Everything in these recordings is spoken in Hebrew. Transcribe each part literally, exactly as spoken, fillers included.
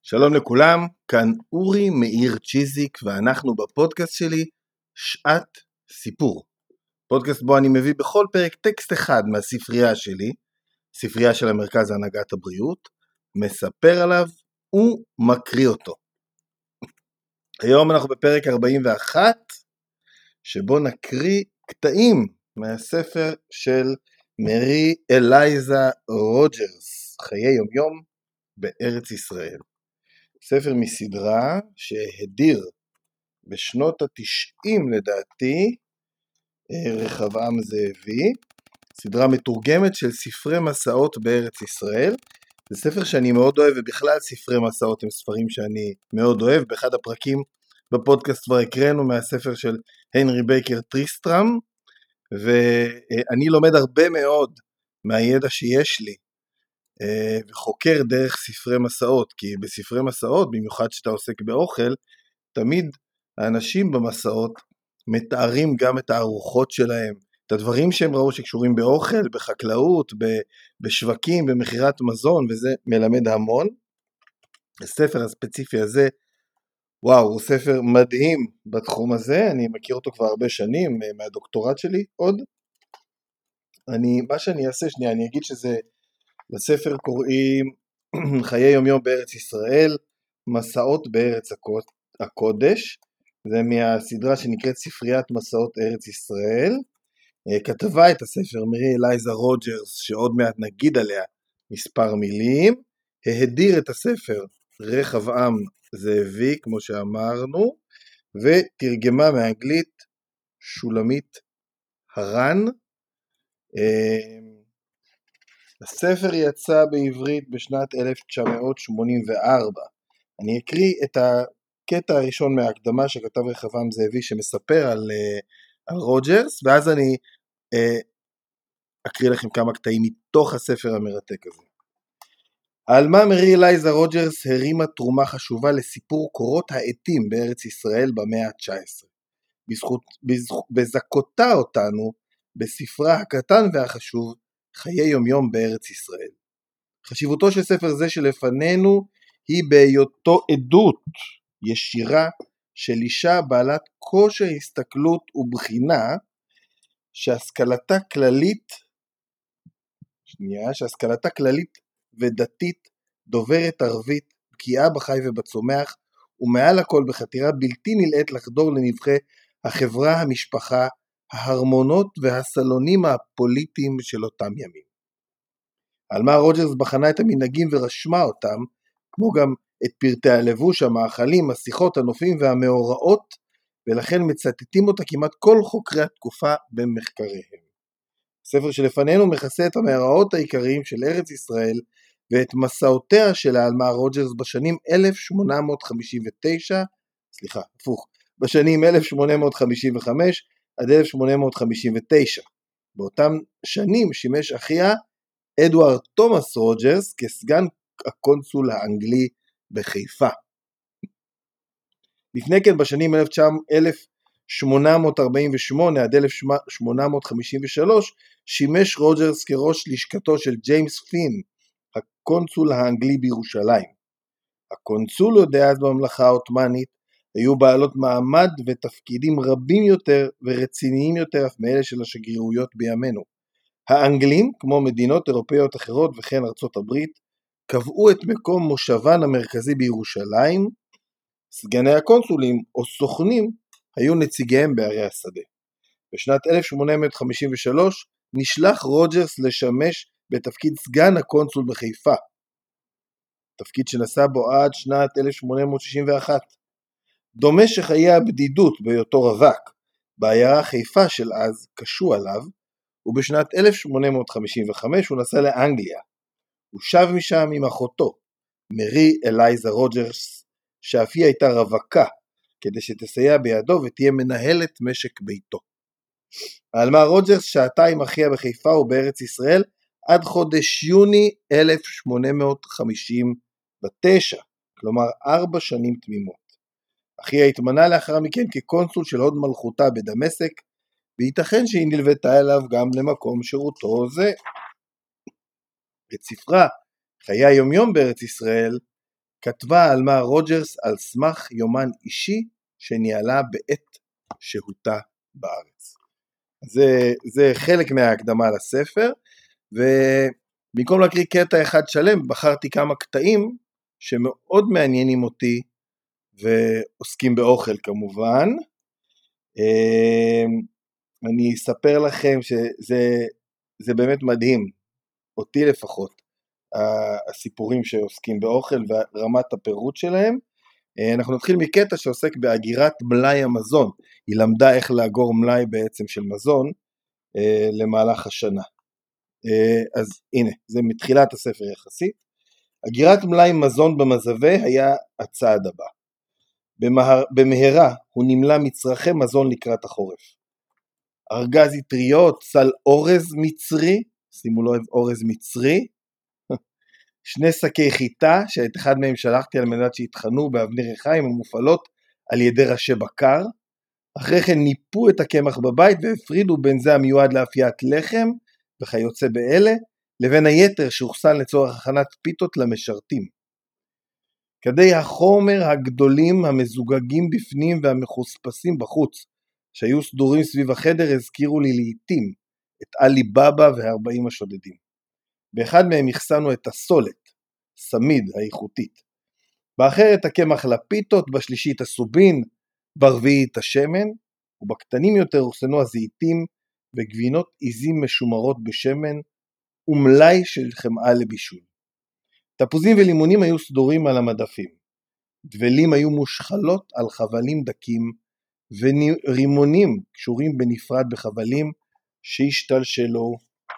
שלום לכולם, כאן אורי מאיר צ'יזיק ואנחנו בפודקאסט שלי שעת סיפור. פודקאסט בו אני מביא בכל פרק טקסט אחד מהספרייה שלי, ספרייה של המרכז להנהגת הבריאות, מספר עליו ומקריא אותו. היום אנחנו בפרק ארבעים ואחת, שבו נקריא קטעים מהספר של מרי אלייזה רוג'רס, חיי יומיום בארץ ישראל. ספר מסדרה שהדיר בשנות התשעים לדעתי רחבעם זאבי, סדרה מתורגמת של ספרי מסעות בארץ ישראל. זה ספר שאני מאוד אוהב, ובכלל ספרי מסעות הם ספרים שאני מאוד אוהב. באחד הפרקים בפודקאסט כבר הקראנו מהספר של הנרי בייקר טריסטרם, ואני לומד הרבה מאוד מהידע שיש לי וחוקר דרך ספרי מסעות, כי בספרי מסעות, במיוחד שאתה עוסק באוכל, תמיד האנשים במסעות מתארים גם את הארוחות שלהם, את הדברים שהם ראו שקשורים באוכל, בחקלאות, בשווקים, במחירת מזון, וזה מלמד המון. הספר הספציפי הזה, וואו, הוא ספר מדהים בתחום הזה, אני מכיר אותו כבר הרבה שנים, מהדוקטורט שלי עוד. אני, מה שאני אעשה, שנייה, אני אגיד שזה, לספר קוראים חיי יומיום בארץ ישראל, מסעות בארץ הקודש, זה מהסדרה שנקראת ספריית מסעות ארץ ישראל. כתבה את הספר מרי אלייזה רוג'רס, שעוד מעט נגיד עליה מספר מילים. ההדיר את הספר רחבעם זאבי, כמו שאמרנו, ותרגמה מאנגלית שולמית הרן. הספר יצא בעברית בשנת אלף תשע מאות שמונים וארבע. אני אקריא את הקטע הראשון מההקדמה שכתב רחבעם זאבי שמספר על, על רוג'רס, ואז אני אקריא לכם כמה קטעים מתוך הספר המרתק הזה. העלמה מרי אלייזה רוג'רס הרימה תרומה חשובה לסיפור קורות העתים בארץ ישראל במאה ה-תשע עשרה. בזכות, בזכות, בזכותה אותנו בספרה הקטן והחשוב חיי יומיום בארץ ישראל. חשיבותו של ספר זה שלפנינו היא בהיותו עדות ישירה של אישה בעלת כושר הסתכלות ובחינה שהשכלתה כללית שנייה, שהשכלתה כללית ודתית, דוברת ערבית, בקיאה בחי ובצומח, ומעל הכל בחתירה בלתי נלאית לחדור לנבחי החברה, המשפחה, ההרמונות והסלונים הפוליטיים של אותם ימים. העלמה רוג'רס בחנה את המנהגים ורשמה אותם, כמו גם את פרטי הלבוש, המאכלים, השיחות, הנופים והמאורעות, ולכן מצטטים אותה כמעט כל חוקרי התקופה במחקריהם. הספר שלפנינו מכסה את המאורעות העיקריים של ארץ ישראל, ואת מסעותיה של העלמה רוג'רס בשנים אלף שמונה מאות חמישים ותשע, סליחה, הפוך, בשנים אלף שמונה מאות חמישים וחמש עד אלף שמונה מאות חמישים ותשע. באותם שנים שימש אחיה אדוארד תומאס רוג'רס כסגן הקונסול האנגלי בחיפה. לפני כן בשנים אלף שמונה מאות ארבעים ושמונה עד אלף שמונה מאות חמישים ושלוש שימש רוג'רס כראש לשכתו של ג'יימס פין, הקונסול האנגלי בירושלים. הקונסוליות דאז בממלכה העות'מאנית היו בעלות מעמד ותפקידים רבים יותר ורציניים יותר אף מאלה של השגרירויות בימינו. האנגלים, כמו מדינות אירופאיות אחרות וכן ארצות הברית, קבעו את מקום מושבן המרכזי בירושלים. סגני הקונסולים או סוכנים היו נציגיהם בערי השדה. בשנת אלף שמונה מאות חמישים ושלוש נשלח רוג'רס לשמש בתפקיד סגן הקונסול בחיפה, תפקיד שנשא בו עד שנת אלף שמונה מאות שישים ואחת. דומה שחיי הבדידות בהיותו רווק בעיירה חיפה של אז קשו עליו, ובשנת אלף שמונה מאות חמישים וחמש הוא נסע לאנגליה. הוא שב משם עם אחותו, מרי אלייזה רוג'רס, שאף היא הייתה רווקה, כדי שתסייע בידו ותהיה מנהלת משק ביתו. העלמה רוג'רס שהתה עם אחיה בחיפה ובארץ ישראל עד חודש יוני אלף שמונה מאות חמישים ותשע, כלומר ארבע שנים תמימות. אחיה התמנה לאחר מכן כקונסול של הוד מלכותה בדמשק, וייתכן שהיא נלוותה אליו גם למקום שירותו זה. את ספרה חיי היומיום בארץ ישראל כתבה על מה רוג'רס על סמך יומן אישי שניהלה בעת שהותה בארץ. זה, זה חלק מההקדמה לספר, ובמקום להקריא קטע אחד שלם, בחרתי כמה קטעים שמאוד מעניינים אותי, ועוסקים באוכל כמובן. אני אספר לכם שזה זה באמת מדהים, אותי לפחות, הסיפורים שעוסקים באוכל ורמת הפירוט שלהם. אנחנו נתחיל מקטע שעוסק באגירת מלאי המזון, היא למדה איך לאגור מלאי בעצם של מזון למהלך השנה. אז הנה, זה מתחילת הספר יחסית. אגירת מלאי מזון במזווה היה הצעד הבא. במהר, במהרה הוא נמלא מצרכי מזון לקראת החורף. ארגז אטריות, סל אורז מצרי, שימו לב אורז מצרי, שני שקי חיטה, שאת אחד מהם שלחתי על מנת שהתחנו באבני ריחיים המופעלות על ידי ראשי בקר, אחרי כן ניפו את הקמח בבית והפרידו בין זה המיועד לאפיית לחם וכיוצא באלה, לבין היתר שהוכסן לצורך הכנת פיתות למשרתים. כדי החומר הגדולים המזוגגים בפנים והמחוספסים בחוץ, שהיו סדורים סביב החדר, הזכירו לי לעתים את עלי בבא והארבעים השודדים. באחד מהם הכסנו את הסולת, סמיד האיכותית, באחר את הקמח לפיתות, בשלישית הסובין, ברביעית השמן, ובקטנים יותר הוכסנו הזיתים וגבינות עיזים משומרות בשמן, ומלאי של חמאה לבישול. תפוזים ולימונים היו סדורים על המדפים, דבלים היו מושחלות על חבלים דקים, ורימונים קשורים בנפרד בחבלים שהשתלשלו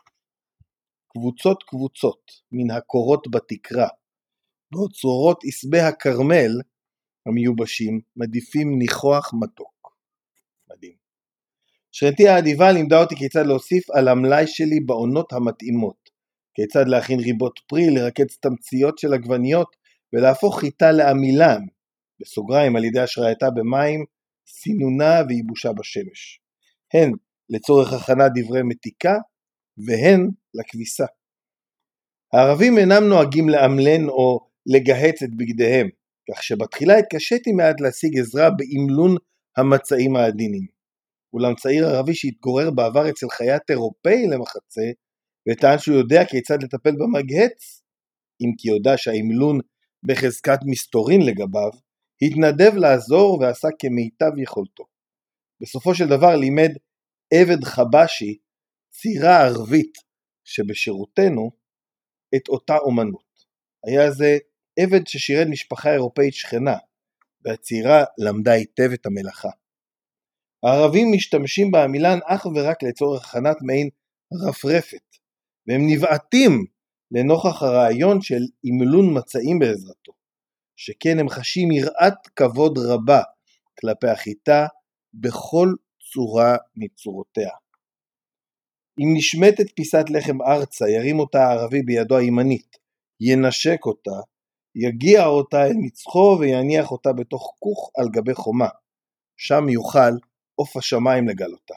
קבוצות קבוצות מן הקורות בתקרה, בעוד צרורות עשבי הכרמל המיובשים מדיפים ניחוח מתוק. מדהים. שכנתי האדיבה לימדה אותי כיצד להוסיף על המלאי שלי בעונות המתאימות, כיצד להכין ריבות פרי, לרקץ תמציות של עגבניות ולהפוך חיטה לעמילן, בסוגריים על ידי השראייתה במים, סינונה וייבושה בשמש, הן לצורך הכנת דברי מתיקה והן לכביסה. הערבים אינם נוהגים לאמלן או לגהץ את בגדיהם, כך שבתחילה התקשיתי מעט להשיג עזרה באמלון המצעים העדינים. אולם צעיר ערבי שהתגורר בעבר אצל חייט אירופאי למחצה, וטען שהוא יודע כיצד לטפל במגהץ, אם כי יודע שהאמלון בחזקת מסתורין לגביו, התנדב לעזור ועשה כמיטב יכולתו. בסופו של דבר לימד עבד חבשי, צירה ערבית שבשירותנו, את אותה אומנות. היה זה עבד ששירת משפחה אירופאית שכנה, והצירה למדה היטב את המלאכה. הערבים משתמשים בעמילן אך ורק לצורך הכנת מעין רפרפת, והם נבעטים לנוכח הרעיון של אמלון מצעים בעזרתו, שכן הם חשים יראת כבוד רבה כלפי החיטה בכל צורה מצורותיה. אם נשמטת פיסת לחם ארצה, ירים אותה הערבי בידו הימנית, ינשק אותה, יגיע אותה אל מצחו ויניח אותה בתוך כוך על גבי חומה, שם יוכל עוף השמיים לגלותה.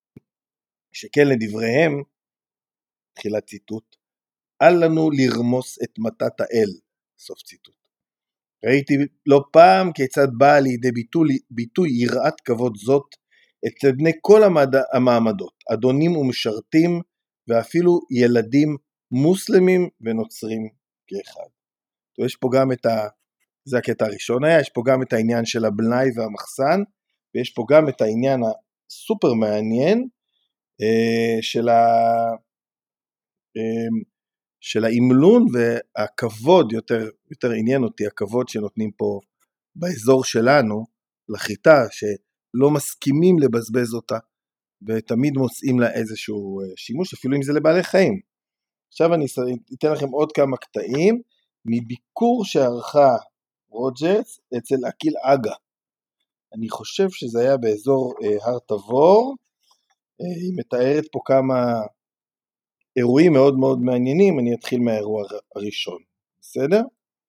שכן לדבריהם, תחילת ציטוט, אל לנו לרמוס את מתת האל, סוף ציטוט. ראיתי לא פעם כיצד באה לידי ביטוי, ביטוי יראת כבוד זאת אצל בני כל המד... המעמדות, אדונים ומשרתים, ואפילו ילדים מוסלמים ונוצרים כאחד. יש פה גם את ה... זה הקטע הראשון היה, יש פה גם את העניין של הבלאי והמחסן, ויש פה גם את העניין הסופר מעניין של ה... של האמלון והכבוד, יותר, יותר עניין אותי, הכבוד שנותנים פה באזור שלנו, לחיטה, שלא מסכימים לבזבז אותה, ותמיד מוצאים לה איזשהו שימוש, אפילו אם זה לבעלי חיים. עכשיו אני אתן לכם עוד כמה קטעים, מביקור שערכה רוג'רס אצל אקיל אגה. אני חושב שזה היה באזור הר תבור, היא מתארת פה כמה אירועים מאוד מאוד מעניינים, אני אתחיל מהאירוע הראשון, בסדר?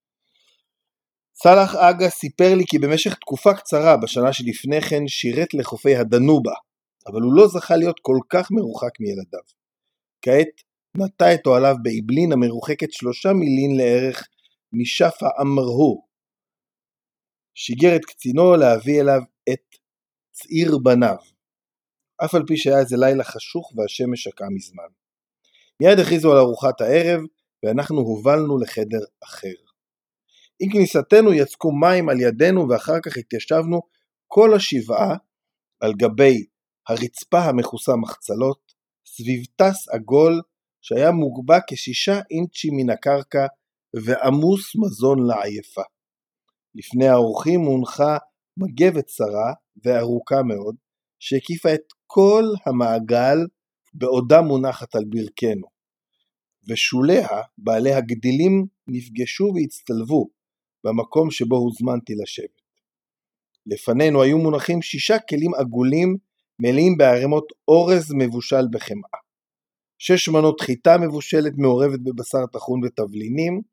סלאח אגה סיפר לי כי במשך תקופה קצרה בשנה שלפני כן שירת לחופי הדנובה, אבל הוא לא זכה להיות כל כך מרוחק מילדיו. כעת נטע את אוהליו באבלין המרוחקת שלושה מילין לערך משפה אמרו, שיגר את קצינו להביא אליו את צעיר בניו, אף על פי שהיה איזה לילה חשוך והשמש שקעה מזמן. מיד הכריזו על ארוחת הערב, ואנחנו הובלנו לחדר אחר. עם כניסתנו יצקו מים על ידינו, ואחר כך התיישבנו כל השבעה על גבי הרצפה המכוסה מחצלות, סביב תס עגול שהיה מוגבה כשישה אינצ'ים מן הקרקע ועמוס מזון לעייפה. לפני האורחים הונחה מגבת צרה וארוכה מאוד, שהקיפה את כל המעגל בעודה מונחת על ברכנו, ושוליה בעלי הגדילים נפגשו והצטלבו במקום שבו הוזמנתי לשבת. לפנינו היו מונחים שישה כלים עגולים מלאים בערימות אורז מבושל בחמאה, שש מנות חיטה מבושלת מעורבת בבשר טחון ותבלינים,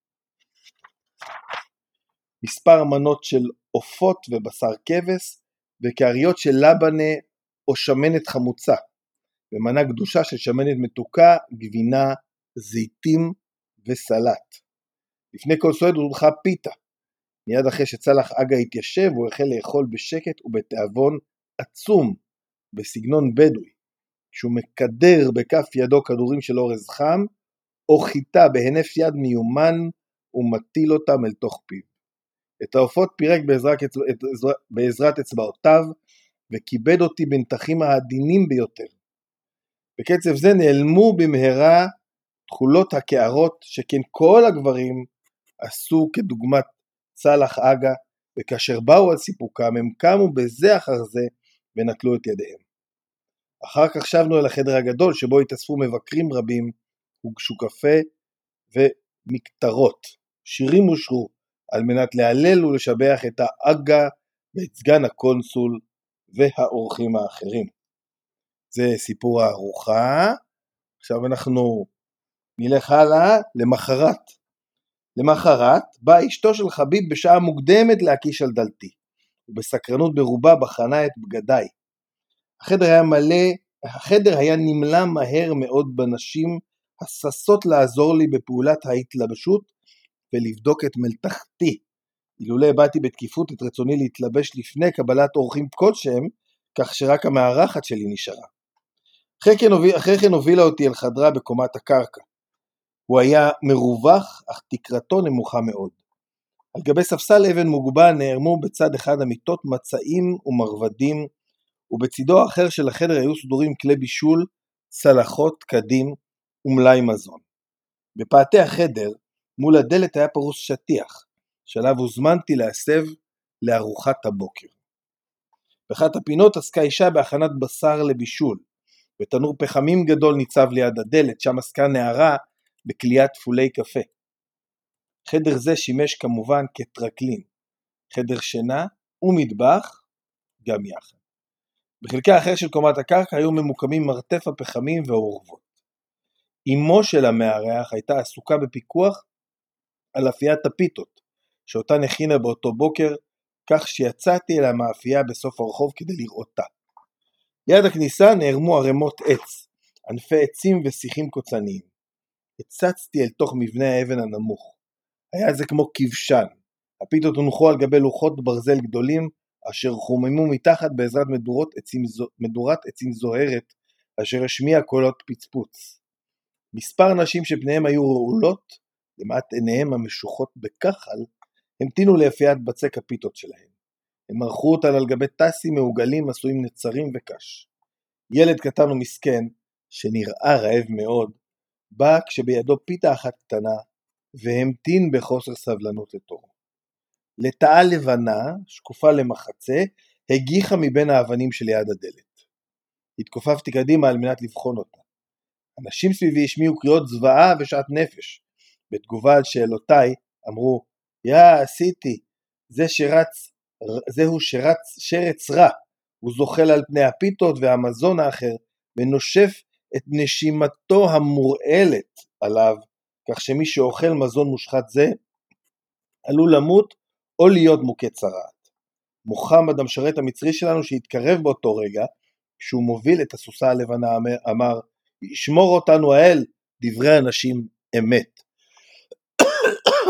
מספר מנות של עופות ובשר כבש, וקעריות של לבנה או שמנת חמוצה, ומנה גדושה של שמנת מתוקה, גבינה, זיתים וסלט. לפני כל סועד הודחה פיתה. מיד אחרי שצלח אגה התיישב, הוא החל לאכול בשקט ובתיאבון עצום, בסגנון בדואי, שהוא מקדר בכף ידו כדורים של אורז חם, או חיטה בהינף יד מיומן, ומטיל אותם אל תוך פיו. את העופות פירק בעזרת, בעזרת אצבעותיו, וכיבד אותי בנתחים העדינים ביותר. בקצב זה נעלמו במהרה תכולות הקערות, שכן כל הגברים עשו כדוגמת צלח אגה, וכאשר באו על סיפוקם, הם קמו בזה אחר זה, ונטלו את ידיהם. אחר כך שבנו אל החדר הגדול, שבו התאספו מבקרים רבים, הוגשו קפה ומקטרות. שירים אושרו, על מנת להלל ולשבח את האגה, ואת סגן הקונסול, והאורחים האחרים. זה סיפור הארוחה. עכשיו אנחנו נלך הלאה למחרת. למחרת באה אשתו של חביב בשעה מוקדמת להקיש על דלתי, ובסקרנות ברובה בחנה את בגדיי. החדר היה מלא, החדר היה נמלא מהר מאוד בנשים הססות לעזור לי בפעולת ההתלבשות ולבדוק את מלתחתי. אילולא באתי בתקיפות את רצוני להתלבש לפני קבלת אורחים כלשהם, כך שרק המארחת שלי נשארה. אחרי כן, הוביל, אחרי כן הובילה אותי אל חדרה בקומת הקרקע. הוא היה מרווח, אך תקרתו נמוכה מאוד. על גבי ספסל אבן מוגבה נערמו בצד אחד המיטות מצעים ומרבדים, ובצידו האחר של החדר היו סדורים כלי בישול, צלחות, קדים ומלאי מזון. בפאתי החדר, מול הדלת היה פרוס שטיח, שעליו הוזמנתי להסב לארוחת הבוקר. באחת הפינות עסקה אישה בהכנת בשר לבישול, ותנור פחמים גדול ניצב ליד הדלת, שם עסקה נערה בקליית פולי קפה. חדר זה שימש כמובן כטרקלין, חדר שינה ומטבח גם יחד. בחלקה האחר של קומת הקרקע היו ממוקמים מרתף הפחמים והאורבות. אמו של המארח הייתה עסוקה בפיקוח על אפיית הפיתות, שאותה נכינה באותו בוקר, כך שיצאתי אל המאפייה בסוף הרחוב כדי לראותה. ליד הכניסה נערמו ערימות עץ, ענפי עצים ושיחים קוצניים. הצצתי אל תוך מבנה האבן הנמוך. היה זה כמו כבשן. הפיתות הונחו על גבי לוחות ברזל גדולים, אשר חוממו מתחת בעזרת מדורות עצים, מדורת עצים זוהרת, אשר השמיע קולות פצפוץ. מספר נשים שפניהם היו רעולות, למעט עיניהם המשוחות בכחל, המתינו לאפיית בצק הפיתות שלהם. הם ערכו אותן על גבי טסים מעוגלים עשויים נצרים וקש. ילד קטן ומסכן, שנראה רעב מאוד, בא כשבידו פיתה אחת קטנה, והמתין בחוסר סבלנות לתורו. לטאה לבנה, שקופה למחצה, הגיחה מבין האבנים שליד הדלת. התכופפתי קדימה על מנת לבחון אותה. אנשים סביבי השמיעו קריאות זוועה ושעת נפש. בתגובה על שאלותיי, אמרו, יא, עשיתי, זה שרץ, זהו שרץ שרץ רע, הוא זוחל על פני הפיתות והמזון האחר, ונושף את נשימתו המורעלת עליו, כך שמי שאוכל מזון מושחת זה, עלול למות או להיות מוכה צרעת. מוחמד המשרת המצרי שלנו שהתקרב באותו רגע, כשהוא מוביל את הסוסה הלבנה, אמר, ישמור אותנו האל, דברי אנשים אמת.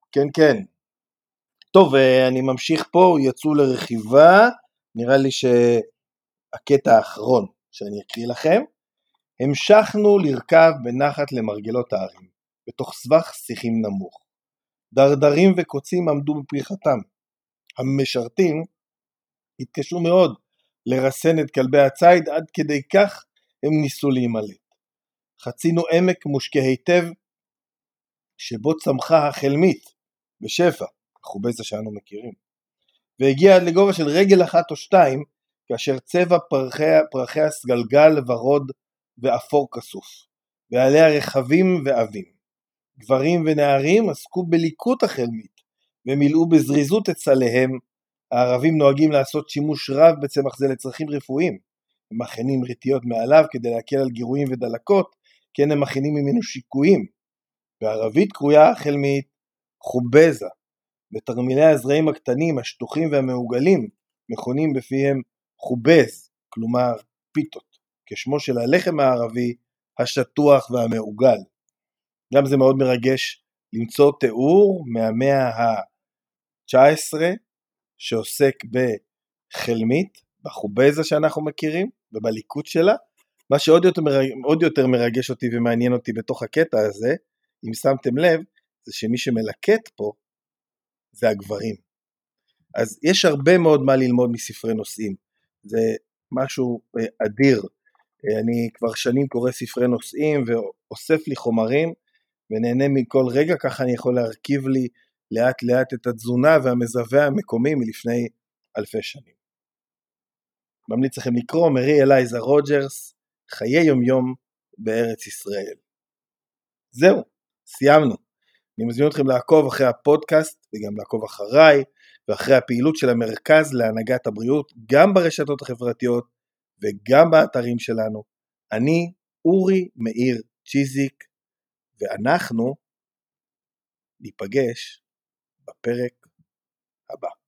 כן, כן. טוב, אני ממשיך פה, יצאו לרכיבה, נראה לי שהקטע האחרון שאני אקריא לכם. המשכנו לרכב בנחת למרגלות הערים, בתוך סבך שיחים נמוך. דרדרים וקוצים עמדו בפריחתם. המשרתים התקשו מאוד לרסן את כלבי הציד, עד כדי כך הם ניסו להימלט. חצינו עמק מושקה היטב, שבו צמחה החלמית בשפע, החובזה שאנו מכירים, והגיע עד לגובה של רגל אחת או שתיים, כאשר צבע פרחי, פרחי הסגלגל ורוד ואפור כסוף, ועליה רכבים ועבים. גברים ונערים עסקו בליקוט החלמית, ומילאו בזריזות את סליהם. הערבים נוהגים לעשות שימוש רב בצמח זה לצרכים רפואיים. הם מכינים רטיות מעליו כדי להקל על גירויים ודלקות, כן הם מכינים ממנו שיקויים. בערבית קרויה החלמית חובזה, ותרמילי הזרעים הקטנים, השטוחים והמעוגלים, מכונים בפיהם חובז, כלומר פיתות, כשמו של הלחם הערבי השטוח והמעוגל. גם זה מאוד מרגש למצוא תיאור מהמאה ה-תשע עשרה שעוסק בחלמית, בחובזה שאנחנו מכירים, ובליקוט שלה. מה שעוד יותר, מרג... עוד יותר מרגש אותי ומעניין אותי בתוך הקטע הזה, אם שמתם לב, זה שמי שמלקט פה זה הגברים. אז יש הרבה מאוד מה ללמוד מספרי נושאים. זה משהו אדיר. אני כבר שנים קורא ספרי נושאים ואוסף לי חומרים, ונהנה מכל רגע, ככה אני יכול להרכיב לי לאט לאט את התזונה והמזווה המקומי מלפני אלפי שנים. ממליץ לכם לקרוא מרי אלייזה רוג'רס, חיי יום יום בארץ ישראל. זהו, סיימנו. אני מזמין אתכם לעקוב אחרי הפודקאסט, וגם לעקוב אחריי, ואחרי הפעילות של המרכז להנהגת הבריאות, גם ברשתות החברתיות, וגם באתרים שלנו. אני אורי מאיר צ'יזיק, ואנחנו ניפגש בפרק הבא.